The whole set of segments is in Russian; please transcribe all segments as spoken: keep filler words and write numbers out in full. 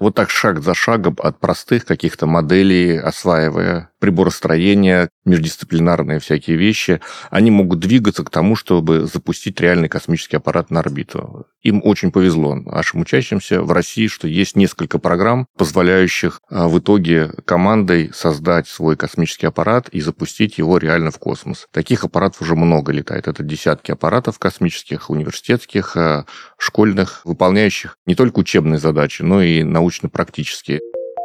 Вот так шаг за шагом от простых каких-то моделей, осваивая приборостроение, междисциплинарные всякие вещи, они могут двигаться к тому, чтобы запустить реальный космический аппарат на орбиту. Им очень повезло, нашим учащимся в России, что есть несколько программ, позволяющих в итоге командой создать свой космический аппарат и запустить его реально в космос. Таких аппаратов уже много летает. Это десятки аппаратов космических, университетских, школьных, выполняющих не только учебные задачи, но и научно-практические.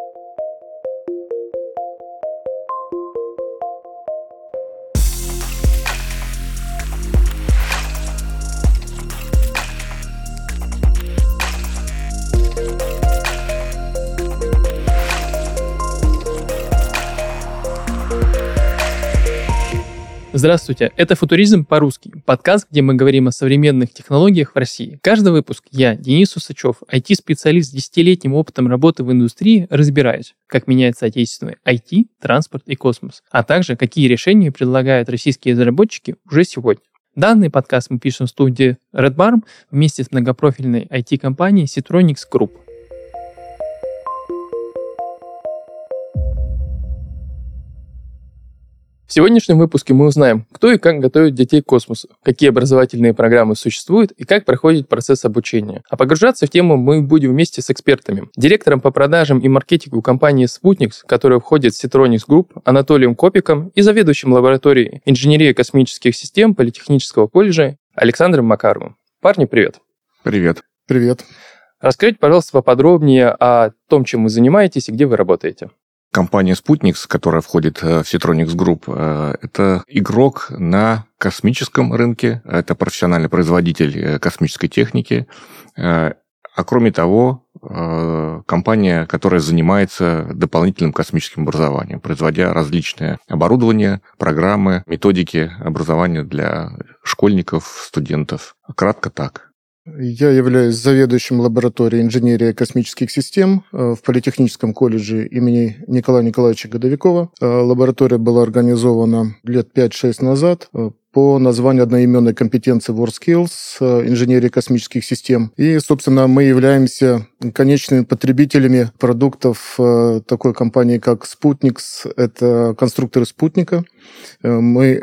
Здравствуйте, это «Футуризм по-русски», подкаст, где мы говорим о современных технологиях в России. Каждый выпуск я, Денис Усачев, ай ти-специалист с десятилетним опытом работы в индустрии, разбираюсь, как меняется отечественный ай ти, транспорт и космос, а также какие решения предлагают российские разработчики уже сегодня. Данный подкаст мы пишем в студии Red Barn вместе с многопрофильной ай ти-компанией Seatronics Group. В сегодняшнем выпуске мы узнаем, кто и как готовит детей к космосу, какие образовательные программы существуют и как проходит процесс обучения. А погружаться в тему мы будем вместе с экспертами. Директором по продажам и маркетингу компании Sputniks, которая входит в Seatronics Group, Анатолием Копиком, и заведующим лабораторией инженерии космических систем Политехнического колледжа Александром Макаровым. Парни, привет. Привет. Привет. Расскажите, пожалуйста, поподробнее о том, чем вы занимаетесь и где вы работаете. Компания Sputniks, которая входит в Seatronics Group, это игрок на космическом рынке, это профессиональный производитель космической техники, а кроме того, компания, которая занимается дополнительным космическим образованием, производя различные оборудования, программы, методики образования для школьников, студентов. Кратко так. Я являюсь заведующим лабораторией инженерии космических систем в Политехническом колледже имени Николая Николаевича Годовикова. Лаборатория была организована лет пять-шесть назад по названию одноименной компетенции WorldSkills инженерии космических систем. И, собственно, мы являемся конечными потребителями продуктов такой компании, как Sputniks. Это конструкторы спутника. Мы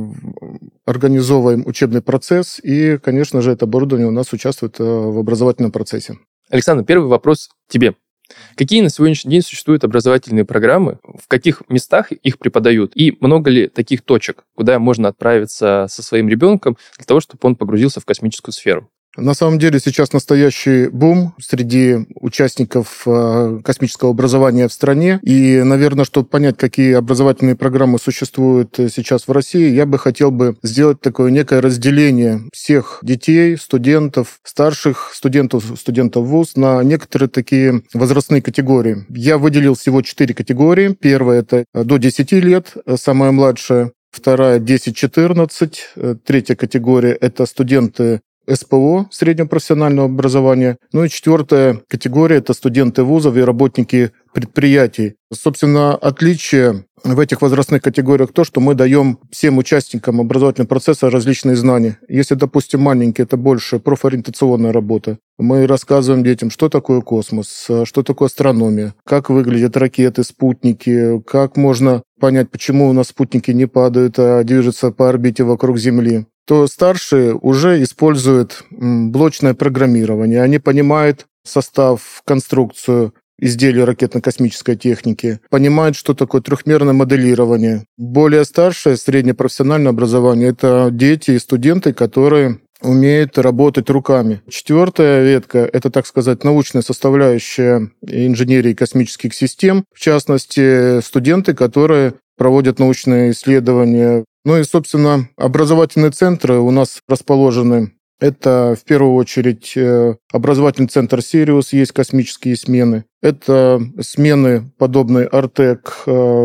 организовываем учебный процесс, и, конечно же, это оборудование у нас участвует в образовательном процессе. Александр, первый вопрос тебе. Какие на сегодняшний день существуют образовательные программы, в каких местах их преподают, и много ли таких точек, куда можно отправиться со своим ребенком для того, чтобы он погрузился в космическую сферу? На самом деле сейчас настоящий бум среди участников космического образования в стране. И, наверное, чтобы понять, какие образовательные программы существуют сейчас в России, я бы хотел бы сделать такое некое разделение всех детей, студентов, старших студентов, студентов вуз на некоторые такие возрастные категории. Я выделил всего четыре категории. Первая – это до десяти лет, самая младшая. Вторая – десять-четырнадцать. Третья категория – это студенты эс пэ о, среднего профессионального образования. Ну и четвертая категория – это студенты вузов и работники предприятий. Собственно, отличие в этих возрастных категориях то, что мы даем всем участникам образовательного процесса различные знания. Если, допустим, маленькие, это больше профориентационная работа. Мы рассказываем детям, что такое космос, что такое астрономия, как выглядят ракеты, спутники, как можно понять, почему у нас спутники не падают, а движутся по орбите вокруг Земли. То старшие уже используют блочное программирование. Они понимают состав, конструкцию изделий ракетно-космической техники, понимают, что такое трехмерное моделирование. Более старшее, среднепрофессиональное образование – это дети и студенты, которые умеют работать руками. Четвертая ветка – это, так сказать, научная составляющая инженерии космических систем, в частности, студенты, которые проводят научные исследования. Ну и, собственно, образовательные центры у нас расположены. Это, в первую очередь, образовательный центр «Сириус», есть космические смены. Это смены, подобные «Артек»,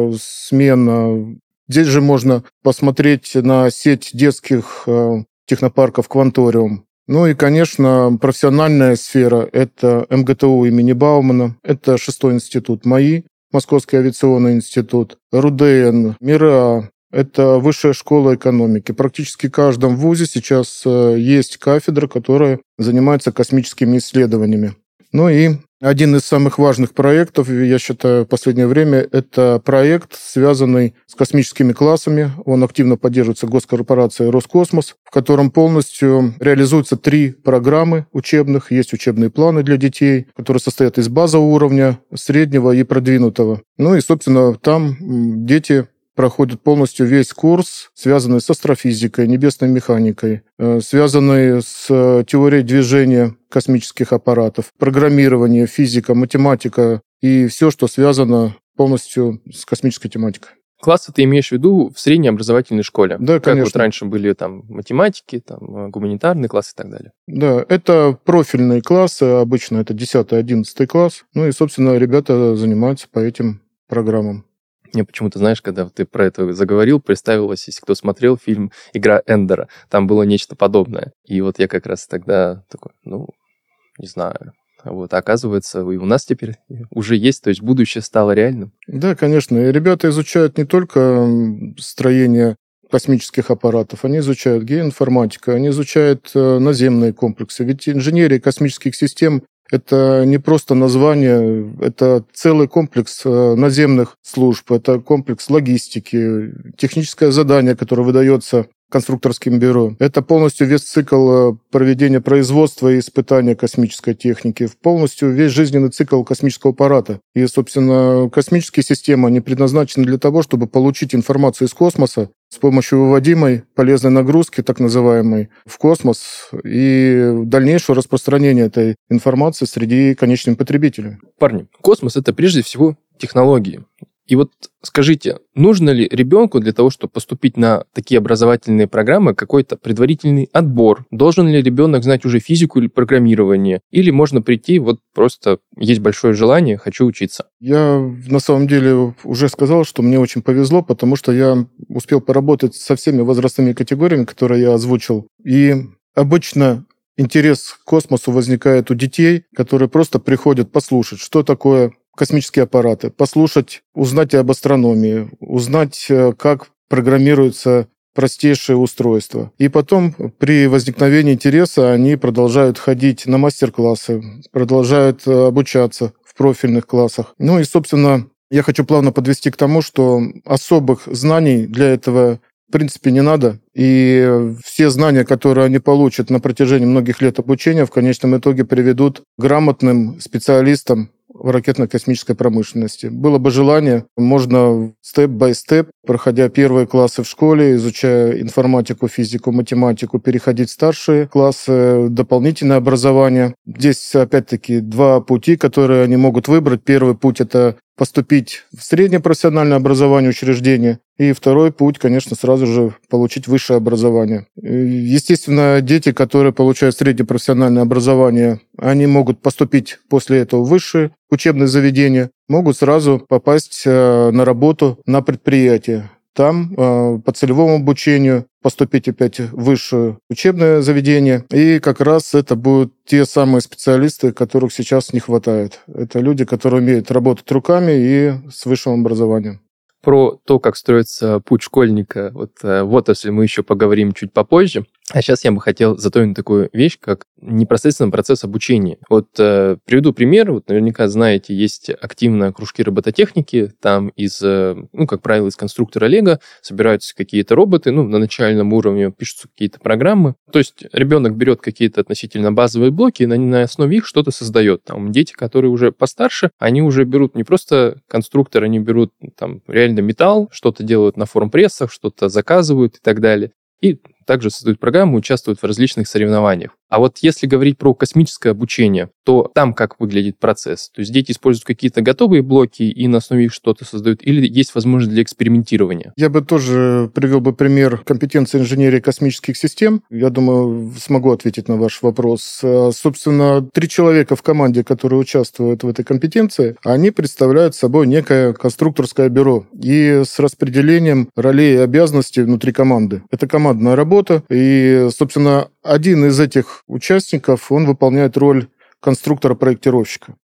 смена. Здесь же можно посмотреть на сеть детских технопарков «Кванториум». Ну и, конечно, профессиональная сфера – это эм гэ тэ у имени Баумана, это шестой институт МАИ, Московский авиационный институт, РУДН, МИРА. Это высшая школа экономики. Практически в каждом вузе сейчас есть кафедра, которая занимается космическими исследованиями. Ну и один из самых важных проектов, я считаю, в последнее время, это проект, связанный с космическими классами. Он активно поддерживается госкорпорацией Роскосмос, в котором полностью реализуются три программы учебных. Есть учебные планы для детей, которые состоят из базового уровня, среднего и продвинутого. Ну и, собственно, там дети проходят полностью весь курс, связанный с астрофизикой, небесной механикой, связанный с теорией движения космических аппаратов, программирование, физика, математика и все, что связано полностью с космической тематикой. Классы ты имеешь в виду в средней образовательной школе? Да, как конечно. Вот раньше были там математики, там гуманитарные классы и так далее. Да, это профильные классы, обычно это десятый-одиннадцатый класс. Ну и, собственно, ребята занимаются по этим программам. Мне почему-то, знаешь, когда ты про это заговорил, представилось, если кто смотрел фильм «Игра Эндера», там было нечто подобное. И вот я как раз тогда такой, ну, не знаю. Вот, а оказывается, и у нас теперь уже есть, то есть будущее стало реальным. Да, конечно. И ребята изучают не только строение космических аппаратов, они изучают геоинформатику, они изучают наземные комплексы. Ведь инженерия космических систем — это не просто название, это целый комплекс наземных служб, это комплекс логистики, техническое задание, которое выдается конструкторским бюро. Это полностью весь цикл проведения производства и испытания космической техники, полностью весь жизненный цикл космического аппарата. И, собственно, космические системы, они предназначены для того, чтобы получить информацию из космоса с помощью выводимой полезной нагрузки, так называемой, в космос, и дальнейшего распространения этой информации среди конечных потребителей. Парни, космос — это прежде всего технологии. И вот скажите, нужно ли ребенку для того, чтобы поступить на такие образовательные программы, какой-то предварительный отбор? Должен ли ребенок знать уже физику или программирование? Или можно прийти, вот просто есть большое желание, хочу учиться? Я на самом деле уже сказал, что мне очень повезло, потому что я успел поработать со всеми возрастными категориями, которые я озвучил. И обычно интерес к космосу возникает у детей, которые просто приходят послушать, что такое космические аппараты, послушать, узнать об астрономии, узнать, как программируются простейшие устройства. И потом, при возникновении интереса, они продолжают ходить на мастер-классы, продолжают обучаться в профильных классах. Ну и, собственно, я хочу плавно подвести к тому, что особых знаний для этого в принципе не надо. И все знания, которые они получат на протяжении многих лет обучения, в конечном итоге приведут к грамотным специалистам в ракетно-космической промышленности. Было бы желание, можно степ-бай-степ, проходя первые классы в школе, изучая информатику, физику, математику, переходить в старшие классы, дополнительное образование. Здесь, опять-таки, два пути, которые они могут выбрать. Первый путь — это поступить в среднее профессиональное образование учреждение. И второй путь, конечно, сразу же получить высшее образование. Естественно, дети, которые получают среднее профессиональное образование, они могут поступить после этого в высшее учебное заведение, могут сразу попасть на работу на предприятие. Там по целевому обучению поступить опять в высшее учебное заведение. И как раз это будут те самые специалисты, которых сейчас не хватает. Это люди, которые умеют работать руками и с высшим образованием. Про то, как строится путь школьника вот, в отрасли, мы еще поговорим чуть попозже. А сейчас я бы хотел затронуть такую вещь, как непосредственно процесс обучения. Вот э, приведу пример. Вот наверняка знаете, есть активно кружки робототехники. Там из, э, ну, как правило, из конструктора Лего собираются какие-то роботы. Ну, на начальном уровне пишутся какие-то программы. То есть ребенок берет какие-то относительно базовые блоки и на, на основе их что-то создает. Там дети, которые уже постарше, они уже берут не просто конструктор, они берут там реально металл, что-то делают на форм-прессах, что-то заказывают и так далее. И также создают программы, участвуют в различных соревнованиях. А вот если говорить про космическое обучение, то там как выглядит процесс? То есть дети используют какие-то готовые блоки и на основе их что-то создают, или есть возможность для экспериментирования? Я бы тоже привел бы пример компетенции инженерии космических систем. Я думаю, смогу ответить на ваш вопрос. Собственно, три человека в команде, которые участвуют в этой компетенции, они представляют собой некое конструкторское бюро и с распределением ролей и обязанностей внутри команды. Это командная работа, и, собственно, один из этих участников, он выполняет роль конструктора-проектировщика.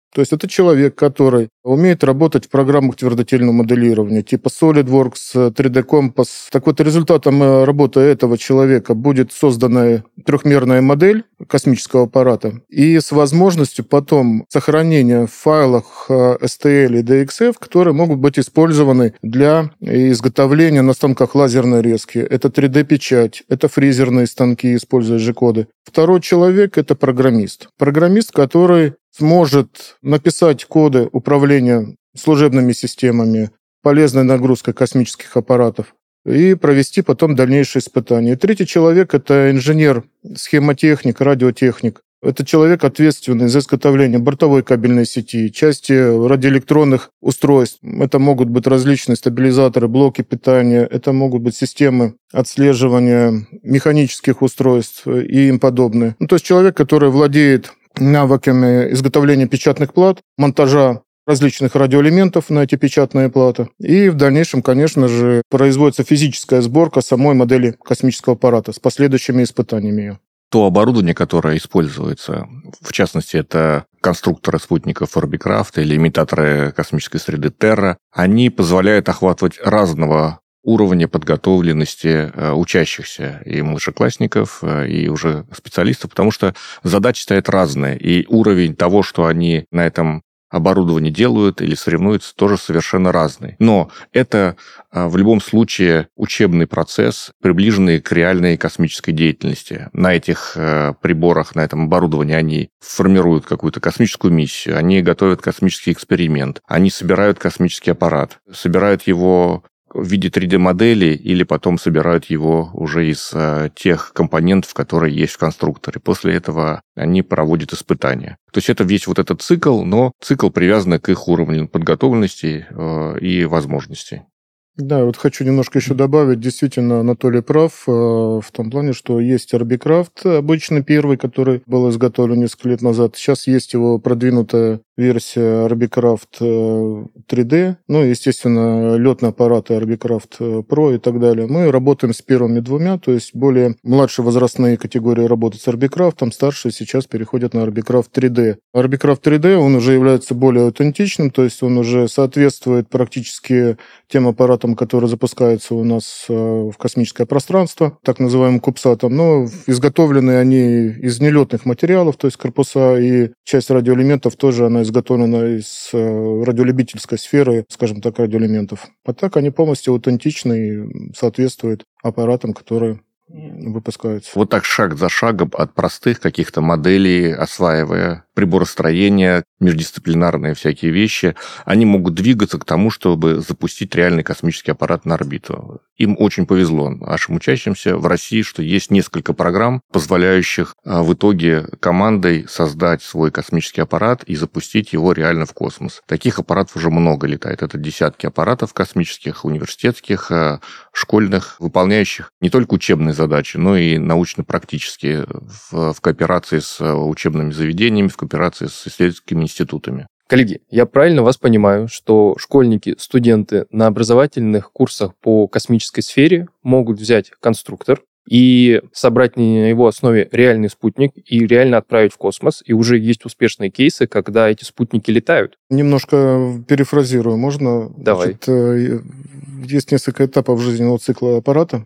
То есть это человек, который умеет работать в программах твердотельного моделирования, типа SolidWorks, три дэ Compass. Так вот, результатом работы этого человека будет создана трехмерная модель космического аппарата и с возможностью потом сохранения в файлах эс ти эл и ди экс эф, которые могут быть использованы для изготовления на станках лазерной резки. Это три дэ-печать, это фрезерные станки, используя G-коды. Второй человек – это программист. Программист, который сможет написать коды управления служебными системами, полезной нагрузкой космических аппаратов и провести потом дальнейшие испытания. И третий человек – это инженер, схемотехник, радиотехник. Это человек, ответственный за изготовление бортовой кабельной сети, части радиоэлектронных устройств. Это могут быть различные стабилизаторы, блоки питания, это могут быть системы отслеживания механических устройств и им подобное. Ну, то есть человек, который владеет навыками изготовления печатных плат, монтажа различных радиоэлементов на эти печатные платы. И в дальнейшем, конечно же, производится физическая сборка самой модели космического аппарата с последующими испытаниями ее. То оборудование, которое используется, в частности, это конструкторы спутников Orbikraft или имитаторы космической среды Terra, они позволяют охватывать разного уровня подготовленности учащихся, и младшеклассников, и уже специалистов, потому что задачи стоят разные, и уровень того, что они на этом оборудовании делают или соревнуются, тоже совершенно разный. Но это в любом случае учебный процесс, приближенный к реальной космической деятельности. На этих приборах, на этом оборудовании они формируют какую-то космическую миссию, они готовят космический эксперимент, они собирают космический аппарат, собирают его в виде три дэ-модели или потом собирают его уже из а, тех компонентов, которые есть в конструкторе. После этого они проводят испытания. То есть это весь вот этот цикл, но цикл привязан к их уровню подготовленности э, и возможностей. Да, вот хочу немножко еще добавить. Действительно, Анатолий прав э, в том плане, что есть Orbikraft, обычный первый, который был изготовлен несколько лет назад. Сейчас есть его продвинутая версия Orbikraft три дэ, ну, естественно, летные аппараты Orbikraft Pro и так далее. Мы работаем с первыми двумя, то есть более младшие возрастные категории работают с Orbikraft, старшие сейчас переходят на Orbikraft три дэ. Orbikraft три дэ, он уже является более аутентичным, то есть он уже соответствует практически тем аппаратам, которые запускаются у нас в космическое пространство, так называемым кубсатом, но изготовлены они из нелетных материалов, то есть корпуса, и часть радиоэлементов тоже она изготовлена из радиолюбительской сферы, скажем так, радиоэлементов. А так они полностью аутентичны и соответствуют аппаратам, которые выпускаются. Вот так шаг за шагом от простых каких-то моделей, осваивая приборостроение, междисциплинарные всякие вещи, они могут двигаться к тому, чтобы запустить реальный космический аппарат на орбиту. Им очень повезло, нашим учащимся в России, что есть несколько программ, позволяющих в итоге командой создать свой космический аппарат и запустить его реально в космос. Таких аппаратов уже много летает. Это десятки аппаратов космических, университетских, школьных, выполняющих не только учебные задачи, но и научно-практические в, в кооперации с учебными заведениями, в кооперации с исследовательскими институтами. Коллеги, я правильно вас понимаю, что школьники, студенты на образовательных курсах по космической сфере могут взять конструктор и собрать на его основе реальный спутник и реально отправить в космос. И уже есть успешные кейсы, когда эти спутники летают. Немножко перефразирую, можно? Давай. Значит, есть несколько этапов жизненного цикла аппарата.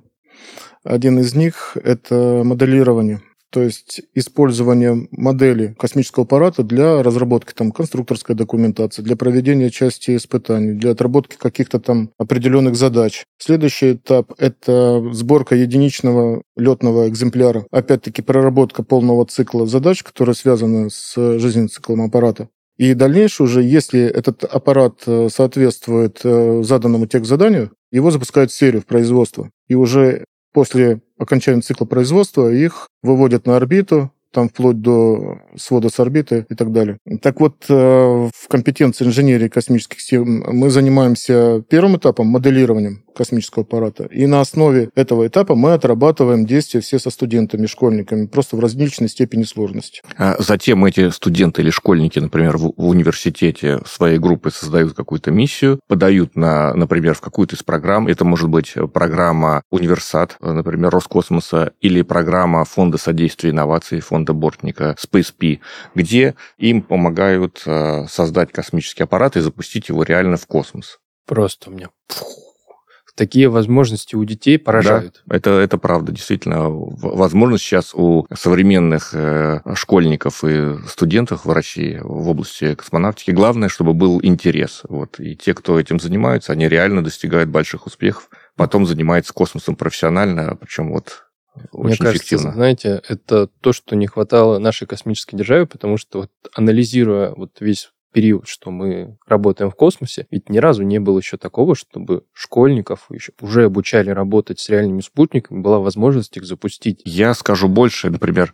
Один из них – это моделирование. То есть использование модели космического аппарата для разработки там, конструкторской документации, для проведения части испытаний, для отработки каких-то там определенных задач. Следующий этап – это сборка единичного летного экземпляра. Опять-таки проработка полного цикла задач, которые связаны с жизненным циклом аппарата. И дальнейшее уже, если этот аппарат соответствует заданному текст-заданию, его запускают в серию, в производство. И уже после окончания цикла производства их выводят на орбиту, там вплоть до свода с орбиты и так далее. Так вот, в компетенции инженерии космических систем мы занимаемся первым этапом, моделированием космического аппарата. И на основе этого этапа мы отрабатываем действия все со студентами, школьниками, просто в различной степени сложности. А затем эти студенты или школьники, например, в, в университете своей группы создают какую-то миссию, подают, на, например, в какую-то из программ. Это может быть программа «Универсат», например, Роскосмоса, или программа Фонда содействия инноваций, Фонда фонда Бортника SpaceP, где им помогают создать космический аппарат и запустить его реально в космос. Просто у меня... Такие возможности у детей поражают. Да, это, это правда. Действительно, возможность сейчас у современных э, школьников и студентов в России в области космонавтики. Главное, чтобы был интерес. Вот. И те, кто этим занимаются, они реально достигают больших успехов. Потом занимаются космосом профессионально, причем вот очень Мне кажется, эффективно. Знаете, это то, что не хватало нашей космической державе, потому что вот, анализируя вот весь период, что мы работаем в космосе, ведь ни разу не было еще такого, чтобы школьников еще уже обучали работать с реальными спутниками, была возможность их запустить. Я скажу больше, например,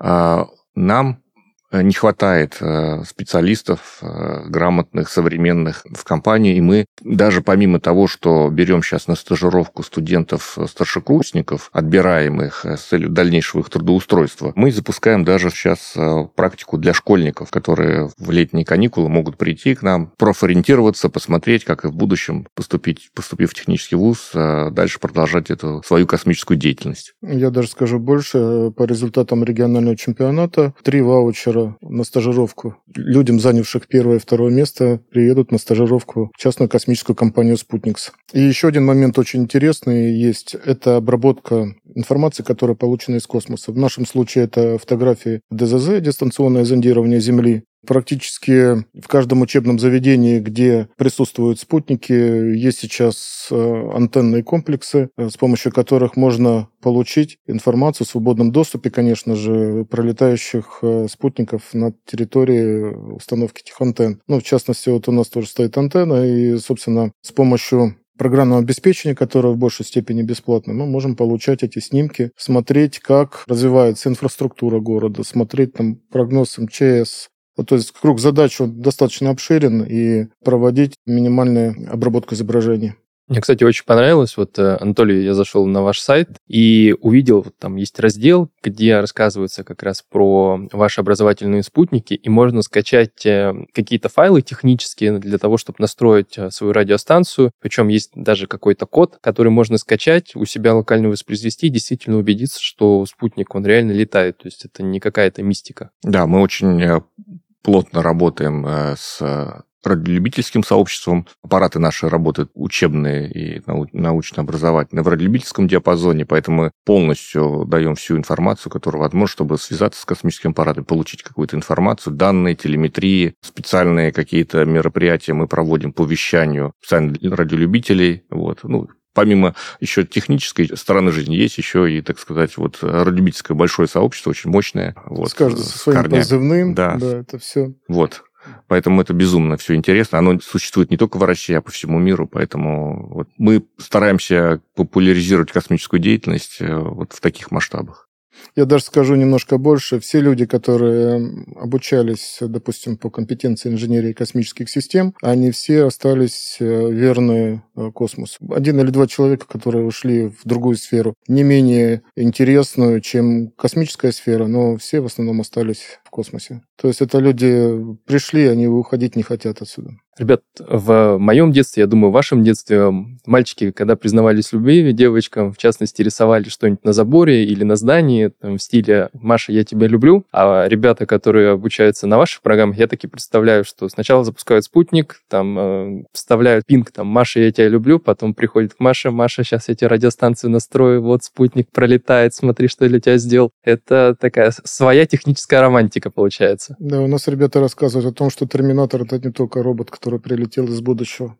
нам не хватает специалистов грамотных, современных в компании, и мы даже помимо того, что берем сейчас на стажировку студентов-старшекурсников, отбираем их с целью дальнейшего их трудоустройства, мы запускаем даже сейчас практику для школьников, которые в летние каникулы могут прийти к нам, профориентироваться, посмотреть, как и в будущем поступить, поступив в технический вуз, дальше продолжать эту свою космическую деятельность. Я даже скажу больше. По результатам регионального чемпионата три ваучера на стажировку. Людям, занявших первое и второе место, приедут на стажировку в частную космическую компанию «Спутникс». И еще один момент очень интересный есть. Это обработка информации, которая получена из космоса. В нашем случае это фотографии ДЗЗ, дистанционное зондирование Земли. Практически в каждом учебном заведении, где присутствуют спутники, есть сейчас антенные комплексы, с помощью которых можно получить информацию в свободном доступе, конечно же, пролетающих спутников на территории установки этих антенн. Ну, в частности, вот у нас тоже стоит антенна, и, собственно, с помощью программного обеспечения, которое в большей степени бесплатно, мы можем получать эти снимки, смотреть, как развивается инфраструктура города, смотреть там прогноз эм че эс. То есть круг задач он достаточно обширен, и проводить минимальную обработку изображений. Мне, кстати, очень понравилось. Вот, Анатолий, я зашел на ваш сайт и увидел, вот там есть раздел, где рассказывается как раз про ваши образовательные спутники, и можно скачать какие-то файлы технические для того, чтобы настроить свою радиостанцию. Причем есть даже какой-то код, который можно скачать, у себя локально воспроизвести и действительно убедиться, что спутник, он реально летает. То есть это не какая-то мистика. Да, мы очень плотно работаем с радиолюбительским сообществом. Аппараты наши работают учебные и научно-образовательные в радиолюбительском диапазоне, поэтому мы полностью даем всю информацию, которую возможно, чтобы связаться с космическим аппаратом, получить какую-то информацию, данные, телеметрии, специальные какие-то мероприятия мы проводим по вещанию специально для радиолюбителей. Вот. Ну, помимо еще технической стороны жизни, есть еще и, так сказать, вот радиолюбительское большое сообщество, очень мощное. Вот, с каждым со своим корнями. позывным. Да. Да, это все. Вот. Поэтому это безумно все интересно. Оно существует не только в России, а по всему миру. Поэтому вот мы стараемся популяризировать космическую деятельность вот в таких масштабах. Я даже скажу немножко больше. Все люди, которые обучались, допустим, по компетенции инженерии космических систем, они все остались верны космосу. Один или два человека, которые ушли в другую сферу, не менее интересную, чем космическая сфера, но все в основном остались в космосе. То есть это люди пришли, они уходить не хотят отсюда. Ребят, в моем детстве, я думаю, в вашем детстве мальчики, когда признавались в любви девочкам, в частности, рисовали что-нибудь на заборе или на здании, там, в стиле «Маша, я тебя люблю», а ребята, которые обучаются на ваших программах, я таки представляю, что сначала запускают спутник, там, э, вставляют пинг, там, «Маша, я тебя люблю», потом приходит к Маше, «Маша, сейчас я тебе радиостанцию настрою, вот спутник пролетает, смотри, что я для тебя сделал». Это такая своя техническая романтика получается. Да, у нас ребята рассказывают о том, что «Терминатор» — это не только робот, который прилетел из будущего.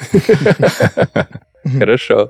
Хорошо.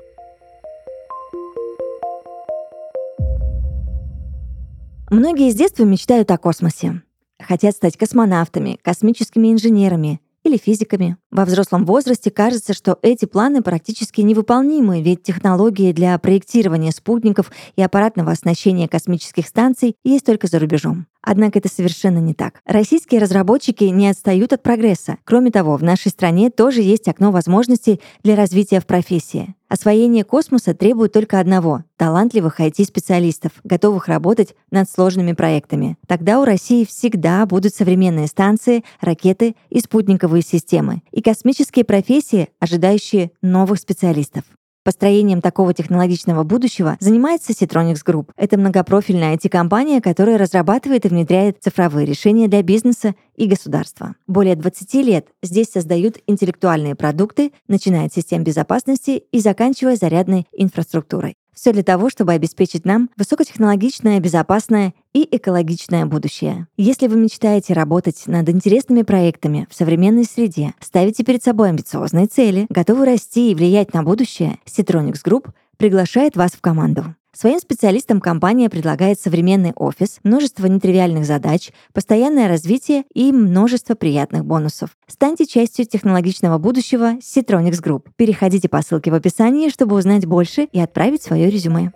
Многие с детства мечтают о космосе. Хотят стать космонавтами, космическими инженерами или физиками. Во взрослом возрасте кажется, что эти планы практически невыполнимы, ведь технологии для проектирования спутников и аппаратного оснащения космических станций есть только за рубежом. Однако это совершенно не так. Российские разработчики не отстают от прогресса. Кроме того, в нашей стране тоже есть окно возможностей для развития в профессии. Освоение космоса требует только одного — талантливых ай ти-специалистов, готовых работать над сложными проектами. Тогда у России всегда будут современные станции, ракеты и спутниковые системы, и космические профессии, ожидающие новых специалистов. Построением такого технологичного будущего занимается Citronix Group. Это многопрофильная ай ти-компания, которая разрабатывает и внедряет цифровые решения для бизнеса и государства. Более двадцати лет здесь создают интеллектуальные продукты, начиная от систем безопасности и заканчивая зарядной инфраструктурой. Все для того, чтобы обеспечить нам высокотехнологичное, безопасное и экологичное будущее. Если вы мечтаете работать над интересными проектами в современной среде, ставите перед собой амбициозные цели, готовы расти и влиять на будущее, Citronix Group приглашает вас в команду. Своим специалистам компания предлагает современный офис, множество нетривиальных задач, постоянное развитие и множество приятных бонусов. Станьте частью технологичного будущего Citronix Group. Переходите по ссылке в описании, чтобы узнать больше и отправить свое резюме.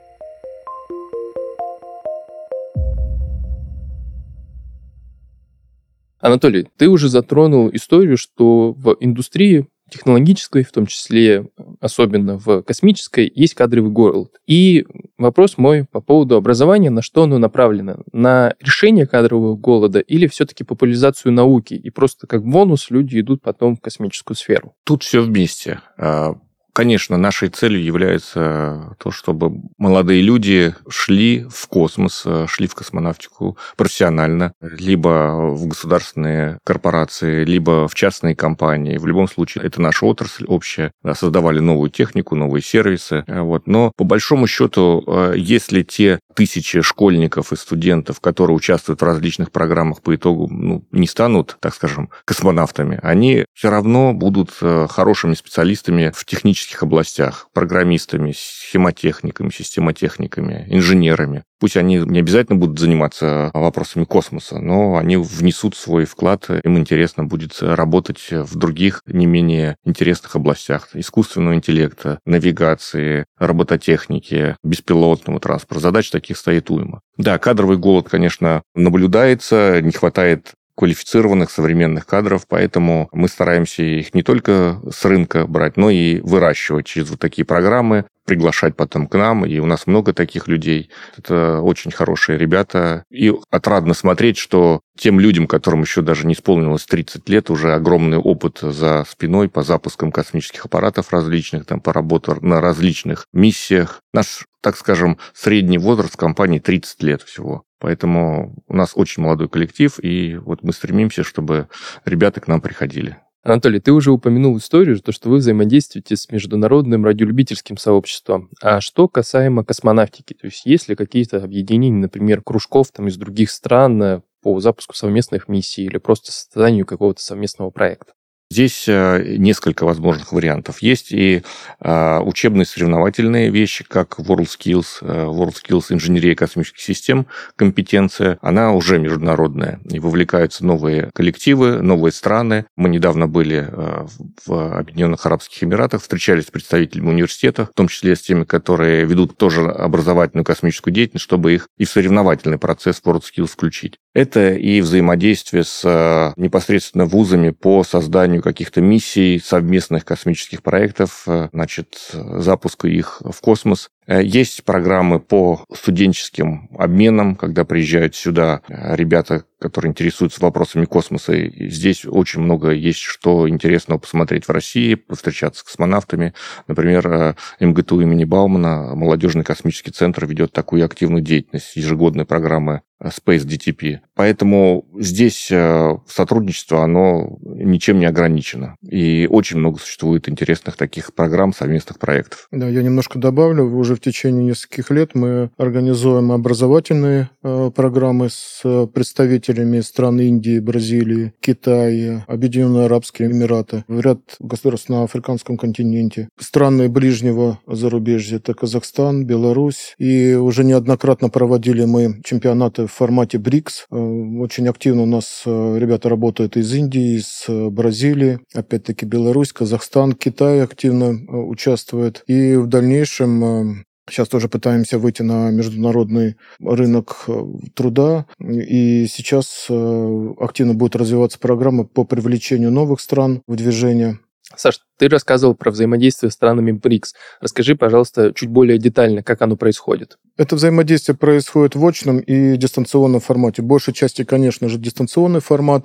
Анатолий, ты уже затронул историю, что в индустрии технологической, в том числе особенно в космической, есть кадровый голод. И вопрос мой по поводу образования, на что оно направлено? На решение кадрового голода или все-таки популяризацию науки? И просто как бонус люди идут потом в космическую сферу? Тут все вместе. Конечно, нашей целью является то, чтобы молодые люди шли в космос, шли в космонавтику профессионально, либо в государственные корпорации, либо в частные компании. В любом случае, это наша отрасль общая. Создавали новую технику, новые сервисы. Вот. Но по большому счету, если те тысячи школьников и студентов, которые участвуют в различных программах, по итогу ну, не станут, так скажем, космонавтами, они все равно будут хорошими специалистами в технических областях, программистами, схемотехниками, системотехниками, инженерами. Пусть они не обязательно будут заниматься вопросами космоса, но они внесут свой вклад, им интересно будет работать в других не менее интересных областях искусственного интеллекта, навигации, робототехники, беспилотного транспорта. Задач таких стоит уйма. Да, кадровый голод, конечно, наблюдается, не хватает квалифицированных современных кадров, поэтому мы стараемся их не только с рынка брать, но и выращивать через вот такие программы, приглашать потом к нам, и у нас много таких людей. Это очень хорошие ребята. И отрадно смотреть, что тем людям, которым еще даже не исполнилось тридцать лет, уже огромный опыт за спиной по запускам космических аппаратов различных, там, по работе на различных миссиях. Наш, так скажем, средний возраст компании тридцать лет всего. Поэтому у нас очень молодой коллектив, и вот мы стремимся, чтобы ребята к нам приходили. Анатолий, ты уже упомянул историю, то, что вы взаимодействуете с международным радиолюбительским сообществом. А что касаемо космонавтики? То есть есть ли какие-то объединения, например, кружков там, из других стран по запуску совместных миссий или просто созданию какого-то совместного проекта? Здесь несколько возможных вариантов. Есть и учебные соревновательные вещи, как WorldSkills. WorldSkills инженерия космических систем, компетенция, она уже международная. И вовлекаются новые коллективы, новые страны. Мы недавно были в Объединенных Арабских Эмиратах, встречались с представителями университетов, в том числе с теми, которые ведут тоже образовательную космическую деятельность, чтобы их и в соревновательный процесс WorldSkills включить. Это и взаимодействие с непосредственно вузами по созданию каких-то миссий, совместных космических проектов, значит, запуска их в космос. Есть программы по студенческим обменам, когда приезжают сюда ребята, которые интересуются вопросами космоса. И здесь очень много есть что интересного посмотреть в России, повстречаться с космонавтами. Например, эм гэ тэ у имени Баумана, молодежный космический центр, ведет такую активную деятельность, ежегодные программы Space ди ти пи. Поэтому здесь сотрудничество, оно ничем не ограничено. И очень много существует интересных таких программ, совместных проектов. Да, я немножко добавлю. Уже в течение нескольких лет мы организуем образовательные э, программы с представителями стран Индии, Бразилии, Китая, Объединенные Арабские Эмираты, в ряд государств на африканском континенте. Страны ближнего зарубежья – это Казахстан, Беларусь. И уже неоднократно проводили мы чемпионаты в формате брикс. Очень активно у нас ребята работают из Индии, из Бразилии, опять-таки Беларусь, Казахстан, Китай активно участвует. И в дальнейшем сейчас тоже пытаемся выйти на международный рынок труда. И сейчас активно будет развиваться программа по привлечению новых стран в движение. Саш, Ты рассказывал про взаимодействие с странами БРИКС. Расскажи, пожалуйста, чуть более детально, как оно происходит. Это взаимодействие происходит в очном и дистанционном формате. В большей части, конечно же, дистанционный формат.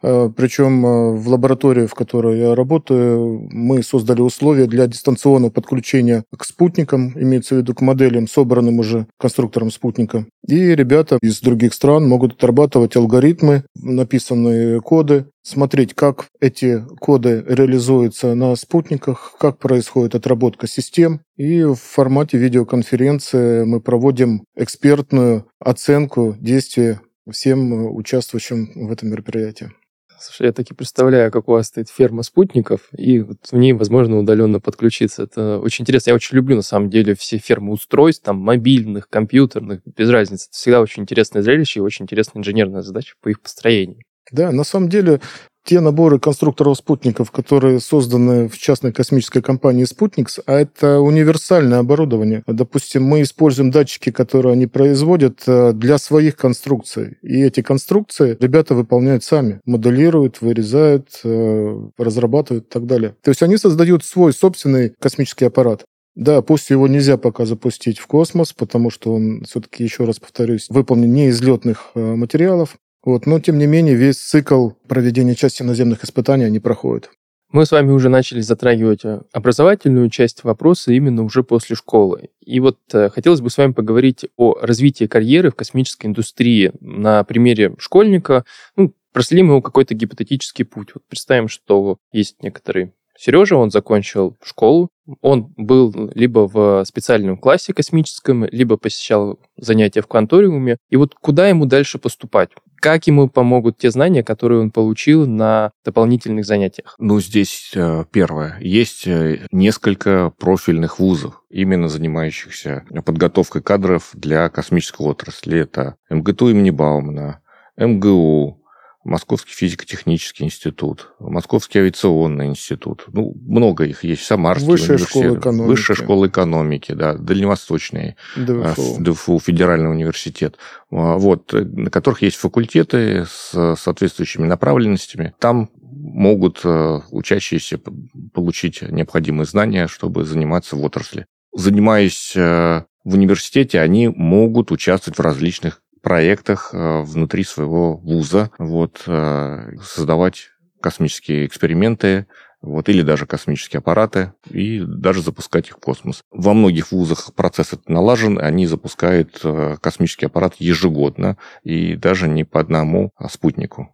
Причем в лаборатории, в которой я работаю, мы создали условия для дистанционного подключения к спутникам, имеется в виду к моделям, собранным уже конструктором спутника. И ребята из других стран могут отрабатывать алгоритмы, написанные коды, смотреть, как эти коды реализуются на спутниках, как происходит отработка систем. И в формате видеоконференции мы проводим экспертную оценку действий всем участвующим в этом мероприятии. Слушай, я таки представляю, как у вас стоит ферма спутников, и вот в ней возможно удаленно подключиться. Это очень интересно. Я очень люблю, на самом деле, все фермы устройств, там, мобильных, компьютерных, без разницы. Это всегда очень интересное зрелище и очень интересная инженерная задача по их построению. Да, на самом деле, те наборы конструкторов спутников, которые созданы в частной космической компании «Спутникс», а это универсальное оборудование. Допустим, мы используем датчики, которые они производят для своих конструкций. И эти конструкции ребята выполняют сами. Моделируют, вырезают, разрабатывают и так далее. То есть они создают свой собственный космический аппарат. Да, пусть его нельзя пока запустить в космос, потому что он, все-таки, еще раз повторюсь, выполнен не из летных материалов. Вот, но, тем не менее, весь цикл проведения части наземных испытаний они проходят. Мы с вами уже начали затрагивать образовательную часть вопроса именно уже после школы. И вот э, хотелось бы с вами поговорить о развитии карьеры в космической индустрии на примере школьника. Ну, проследим его какой-то гипотетический путь. Вот представим, что есть некоторый Сережа, он закончил школу, он был либо в специальном классе космическом, либо посещал занятия в кванториуме. И вот куда ему дальше поступать? Как ему помогут те знания, которые он получил на дополнительных занятиях? Ну, здесь первое. Есть несколько профильных вузов, именно занимающихся подготовкой кадров для космической отрасли. Это эм гэ тэ у имени Баумана, эм гэ у, Московский физико-технический институт, Московский авиационный институт. Ну, много их есть. Самарский Высшая университет. школа экономики. Высшая школа экономики, да, Дальневосточный, дэ эф у. дэ эф у, Федеральный университет. Вот, на которых есть факультеты с соответствующими направленностями. Там могут учащиеся получить необходимые знания, чтобы заниматься в отрасли. Занимаясь в университете, они могут участвовать в различных проектах внутри своего вуза, вот, создавать космические эксперименты, вот, или даже космические аппараты, и даже запускать их в космос. Во многих вузах процесс этот налажен, они запускают космический аппарат ежегодно, и даже не по одному спутнику.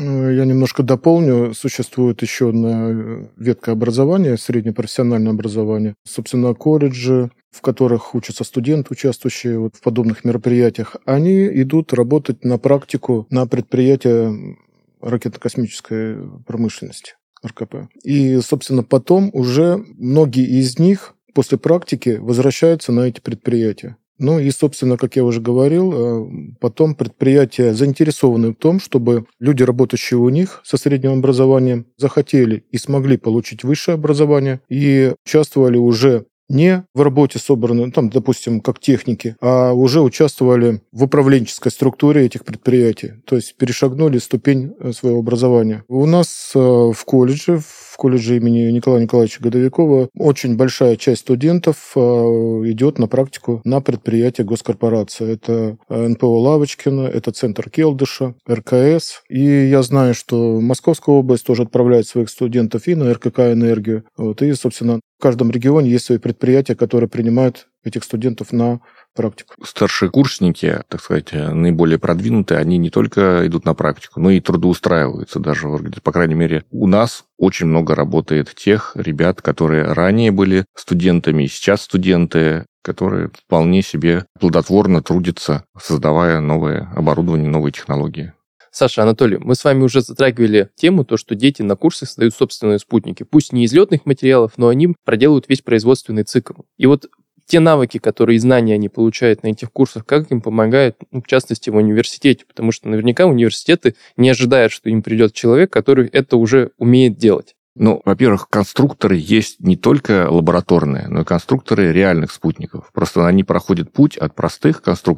Я немножко дополню. Существует еще одна ветка образования, среднепрофессиональное образование. Собственно, колледжи, в которых учатся студенты, участвующие вот в подобных мероприятиях, они идут работать на практику на предприятия ракетно-космической промышленности, эр ка пэ. И, собственно, потом уже многие из них после практики возвращаются на эти предприятия. Ну и, собственно, как я уже говорил, потом предприятия заинтересованы в том, чтобы люди, работающие у них со средним образованием, захотели и смогли получить высшее образование и участвовали уже не в работе собраны, там, допустим, как техники, а уже участвовали в управленческой структуре этих предприятий, то есть перешагнули ступень своего образования. У нас в колледже, в колледже имени Николая Николаевича Годовикова очень большая часть студентов идет на практику на предприятия госкорпорации. Это эн пэ о Лавочкино, это Центр Келдыша, эр ка эс. И я знаю, что Московская область тоже отправляет своих студентов и на эр ка ка «Энергию». Вот, и, собственно, в каждом регионе есть свои предприятия, которые принимают этих студентов на практику. Старшие курсники, так сказать, наиболее продвинутые, они не только идут на практику, но и трудоустраиваются даже. По крайней мере, у нас очень много работает тех ребят, которые ранее были студентами и сейчас студенты, которые вполне себе плодотворно трудятся, создавая новое оборудование, новые технологии. Саша, Анатолий, мы с вами уже затрагивали тему, то, что дети на курсах создают собственные спутники. Пусть не из летных материалов, но они проделывают весь производственный цикл. И вот те навыки, которые и знания они получают на этих курсах, как им помогают, ну, в частности, в университете? Потому что наверняка университеты не ожидают, что им придет человек, который это уже умеет делать. Ну, во-первых, конструкторы есть не только лабораторные, но и конструкторы реальных спутников. Просто они проходят путь от простых конструкторов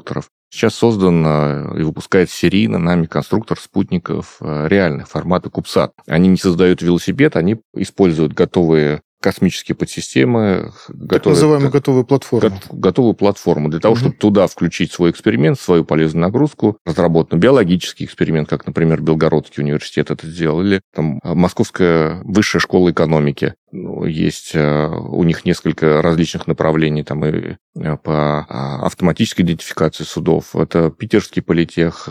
Сейчас создан и выпускает серийно нами конструктор спутников реальных формата CubeSat. Они не создают велосипед, они используют готовые космические подсистемы. Так готовые, называемую готовую платформу. Готовую платформу для того, угу. чтобы туда включить свой эксперимент, свою полезную нагрузку, разработан биологический эксперимент, как, например, Белгородский университет это сделал, или там, Московская высшая школа экономики. Есть у них несколько различных направлений там, и по автоматической идентификации судов. Это Питерский политех,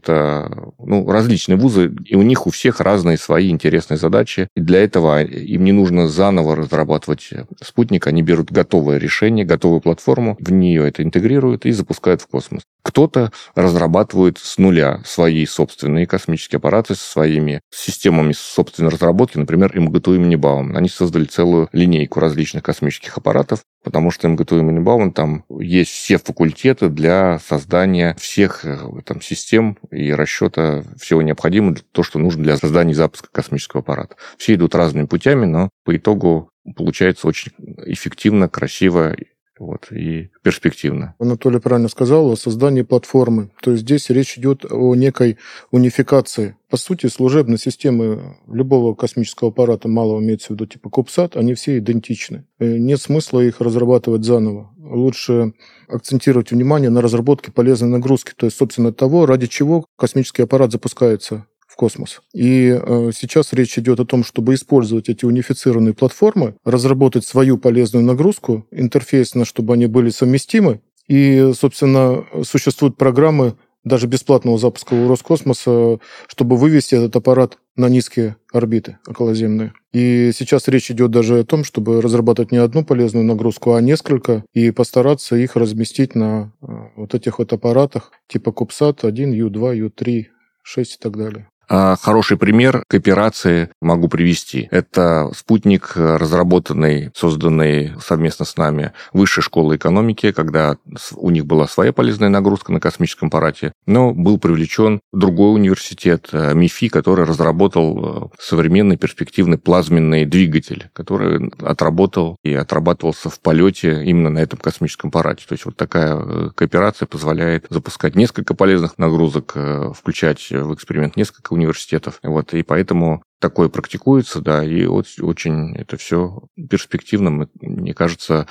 это ну, различные вузы, и у них у всех разные свои интересные задачи. И для этого им не нужно заново разрабатывать спутник, они берут готовое решение, готовую платформу, в нее это интегрируют и запускают в космос. Кто-то разрабатывает с нуля свои собственные космические аппараты со своими системами собственной разработки, например, эм гэ тэ у имени Баумана. Они создали целую линейку различных космических аппаратов, потому что эм гэ тэ у имени Баумана там есть все факультеты для создания всех там, систем и расчета всего необходимого, то, что нужно для создания и запуска космического аппарата. Все идут разными путями, но по итогу получается очень эффективно, красиво, вот, и перспективно. Анатолий правильно сказал о создании платформы. То есть здесь речь идет о некой унификации. По сути, служебные системы любого космического аппарата, малого имеется в виду типа CubeSat, они все идентичны. Нет смысла их разрабатывать заново. Лучше акцентировать внимание на разработке полезной нагрузки. То есть, собственно, того, ради чего космический аппарат запускается в космос. И э, сейчас речь идет о том, чтобы использовать эти унифицированные платформы, разработать свою полезную нагрузку, интерфейсно, чтобы они были совместимы. И, собственно, существуют программы даже бесплатного запуска у Роскосмоса, чтобы вывести этот аппарат на низкие орбиты околоземные. И сейчас речь идет даже о том, чтобы разрабатывать не одну полезную нагрузку, а несколько, и постараться их разместить на э, вот этих вот аппаратах типа CubeSat один, ю два, ю три, шесть и так далее. Хороший пример кооперации могу привести. Это спутник, разработанный, созданный совместно с нами Высшей школой экономики, когда у них была своя полезная нагрузка на космическом аппарате, но был привлечен другой университет, МИФИ, который разработал современный перспективный плазменный двигатель, который отработал и отрабатывался в полете именно на этом космическом аппарате. То есть вот такая кооперация позволяет запускать несколько полезных нагрузок, включать в эксперимент несколько университетов. Вот, и поэтому такое практикуется, да, и очень это все перспективно, мне кажется,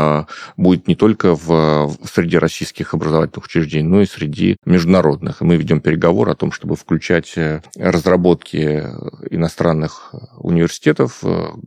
будет не только в среди российских образовательных учреждений, но и среди международных. И мы ведем переговоры о том, чтобы включать разработки иностранных университетов,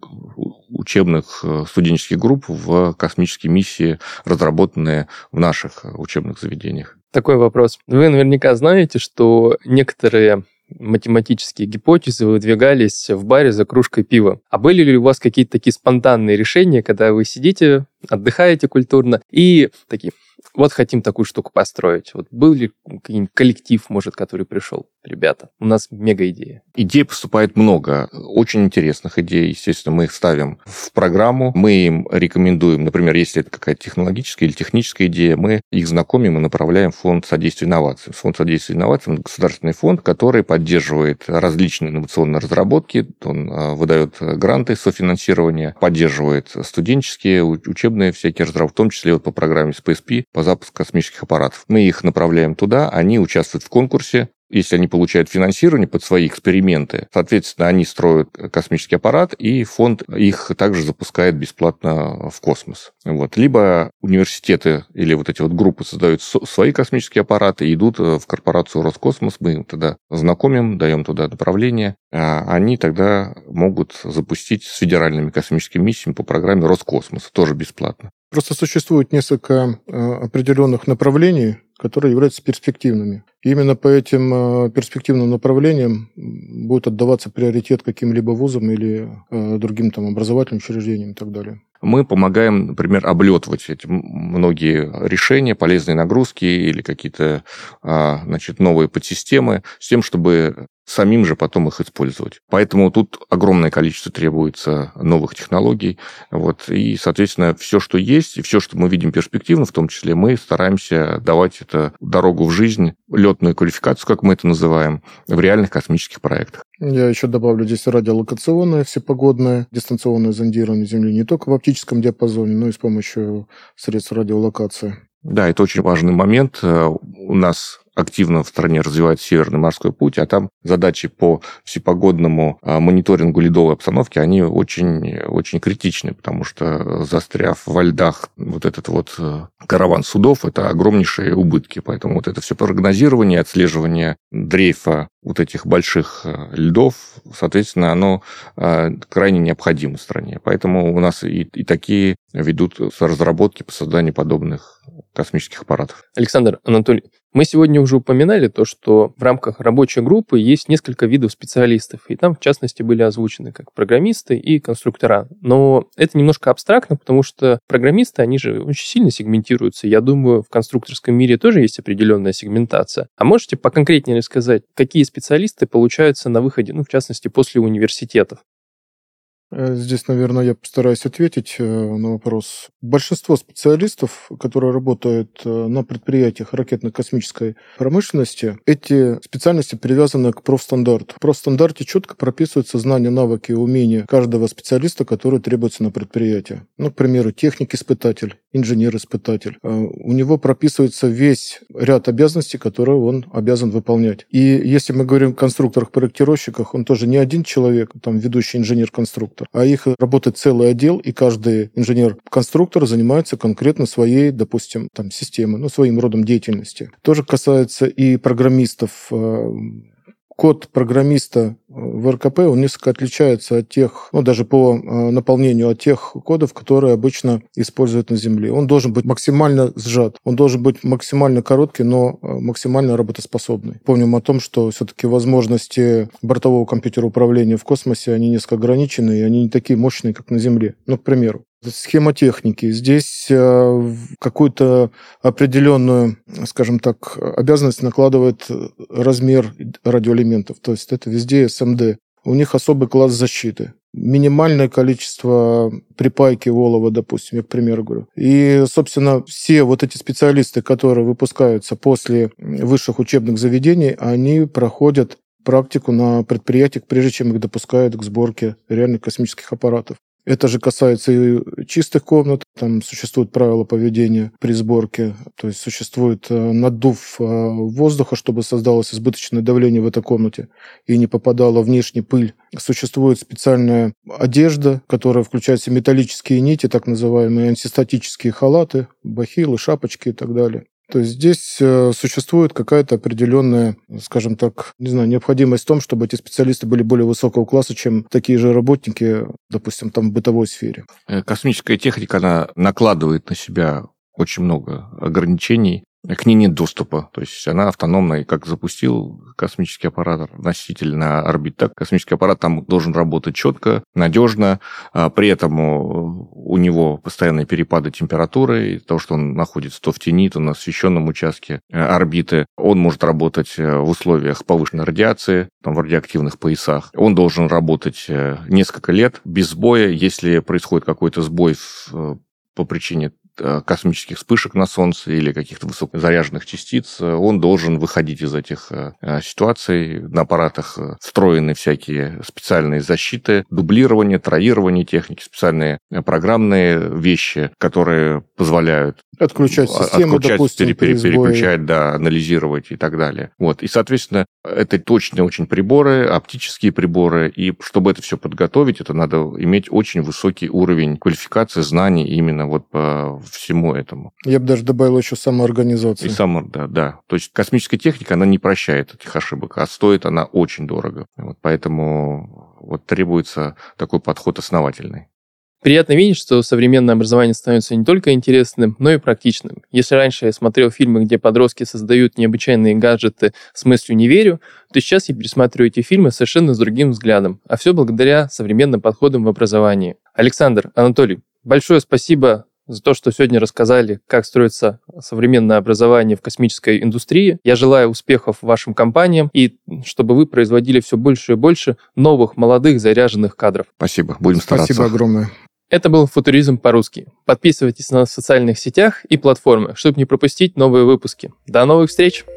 учебных студенческих групп в космические миссии, разработанные в наших учебных заведениях. Такой вопрос. Вы наверняка знаете, что некоторые математические гипотезы выдвигались в баре за кружкой пива. А были ли у вас какие-то такие спонтанные решения, когда вы сидите, отдыхаете культурно и такие, вот хотим такую штуку построить. Вот был ли какой-нибудь коллектив, может, который пришел? Ребята, у нас мега идея. Идей поступает много. Очень интересных идей. Естественно, мы их ставим в программу. Мы им рекомендуем, например, если это какая-то технологическая или техническая идея, мы их знакомим и направляем в фонд содействия инновациям. Фонд содействия инновациям – это государственный фонд, который поддерживает различные инновационные разработки. Он выдает гранты софинансирования, поддерживает студенческие, учебные всякие разработки, в том числе вот по программе эс пи эс пи, по запуску космических аппаратов. Мы их направляем туда, они участвуют в конкурсе. Если они получают финансирование под свои эксперименты, соответственно, они строят космический аппарат, и фонд их также запускает бесплатно в космос. Вот. Либо университеты или вот эти вот группы создают свои космические аппараты и идут в корпорацию Роскосмос, мы им тогда знакомим, даем туда направление, а они тогда могут запустить с федеральными космическими миссиями по программе Роскосмоса, тоже бесплатно. Просто существует несколько определенных направлений, которые являются перспективными. И именно по этим перспективным направлениям будет отдаваться приоритет каким-либо вузам или другим там образовательным учреждениям и так далее. Мы помогаем, например, облетывать эти многие решения, полезные нагрузки или какие-то, значит, новые подсистемы с тем, чтобы самим же потом их использовать. Поэтому тут огромное количество требуется новых технологий. Вот, и, соответственно, все, что есть, и все, что мы видим перспективно, в том числе, мы стараемся давать это дорогу в жизнь, летную квалификацию, как мы это называем, в реальных космических проектах. Я еще добавлю здесь радиолокационное, всепогодное, дистанционное зондирование Земли не только в оптическом диапазоне, но и с помощью средств радиолокации. Да, это очень важный момент. У нас активно в стране развивается Северный морской путь, а там задачи по всепогодному мониторингу ледовой обстановки, они очень, очень критичны, потому что, застряв во льдах, вот этот вот караван судов, это огромнейшие убытки. Поэтому вот это все прогнозирование, отслеживание дрейфа вот этих больших льдов, соответственно, оно крайне необходимо в стране. Поэтому у нас и, и такие ведут разработки по созданию подобных космических аппаратов. Александр, Анатолий, мы сегодня уже упоминали то, что в рамках рабочей группы есть несколько видов специалистов, и там, в частности, были озвучены как программисты и конструктора. Но это немножко абстрактно, потому что программисты, они же очень сильно сегментируются. Я думаю, в конструкторском мире тоже есть определенная сегментация. А можете поконкретнее рассказать, какие специалисты получаются на выходе, ну, в частности, после университетов? Здесь, наверное, я постараюсь ответить на вопрос. Большинство специалистов, которые работают на предприятиях ракетно-космической промышленности, эти специальности привязаны к профстандарту. В профстандарте четко прописываются знания, навыки и умения каждого специалиста, которые требуются на предприятии. Ну, к примеру, техник-испытатель, инженер-испытатель. У него прописывается весь ряд обязанностей, которые он обязан выполнять. И если мы говорим о конструкторах-проектировщиках, он тоже не один человек, там ведущий инженер-конструктор, а их работает целый отдел, и каждый инженер-конструктор занимается конкретно своей, допустим, там, системой, ну, своим родом деятельности. Тоже касается и программистов. Код программиста в эр ка пэ, он несколько отличается от тех, ну, даже по наполнению, от тех кодов, которые обычно используют на Земле. Он должен быть максимально сжат, он должен быть максимально короткий, но максимально работоспособный. Помним о том, что все-таки возможности бортового компьютера управления в космосе, они несколько ограничены, и они не такие мощные, как на Земле. Ну, к примеру, схема техники. Здесь какую-то определенную, скажем так, обязанность накладывает размер радиоэлементов. То есть это везде эс эм ди. У них особый класс защиты. Минимальное количество припайки олова, допустим, я к примеру говорю. И, собственно, все вот эти специалисты, которые выпускаются после высших учебных заведений, они проходят практику на предприятиях, прежде чем их допускают к сборке реальных космических аппаратов. Это же касается и чистых комнат. Там существуют правила поведения при сборке. То есть существует наддув воздуха, чтобы создалось избыточное давление в этой комнате и не попадала внешняя пыль. Существует специальная одежда, которая включает в себя металлические нити, так называемые антистатические халаты, бахилы, шапочки и так далее. То есть здесь существует какая-то определенная, скажем так, не знаю, необходимость в том, чтобы эти специалисты были более высокого класса, чем такие же работники, допустим, там в бытовой сфере. Космическая техника, она накладывает на себя очень много ограничений. К ней нет доступа, то есть она автономная, и как запустил космический аппарат, носитель на орбите, так космический аппарат там должен работать четко, надежно, при этом у него постоянные перепады температуры, из-за того, что он находится то в тени, то на освещенном участке орбиты, он может работать в условиях повышенной радиации, там, в радиоактивных поясах. Он должен работать несколько лет без сбоя, если происходит какой-то сбой в, по причине космических вспышек на Солнце или каких-то высокозаряженных частиц, он должен выходить из этих ситуаций. На аппаратах встроены всякие специальные защиты, дублирование, троирование техники, специальные программные вещи, которые позволяют отключать систему, отключать, допустим, пере- пере- переключать, да, анализировать и так далее. Вот. И, соответственно, это точные очень приборы, оптические приборы, и чтобы это все подготовить, это надо иметь очень высокий уровень квалификации, знаний именно вот по всему этому. Я бы даже добавил еще самоорганизацию. И само, да, да. То есть космическая техника, она не прощает этих ошибок, а стоит она очень дорого. Вот поэтому вот требуется такой подход основательный. Приятно видеть, что современное образование становится не только интересным, но и практичным. Если раньше я смотрел фильмы, где подростки создают необычайные гаджеты с мыслью «не верю», то сейчас я пересматриваю эти фильмы совершенно с другим взглядом. А все благодаря современным подходам в образовании. Александр, Анатолий, большое спасибо за то, что сегодня рассказали, как строится современное образование в космической индустрии. Я желаю успехов вашим компаниям и чтобы вы производили все больше и больше новых, молодых, заряженных кадров. Спасибо, будем стараться. Спасибо огромное. Это был «Футуризм по-русски». Подписывайтесь на нас в социальных сетях и платформах, чтобы не пропустить новые выпуски. До новых встреч!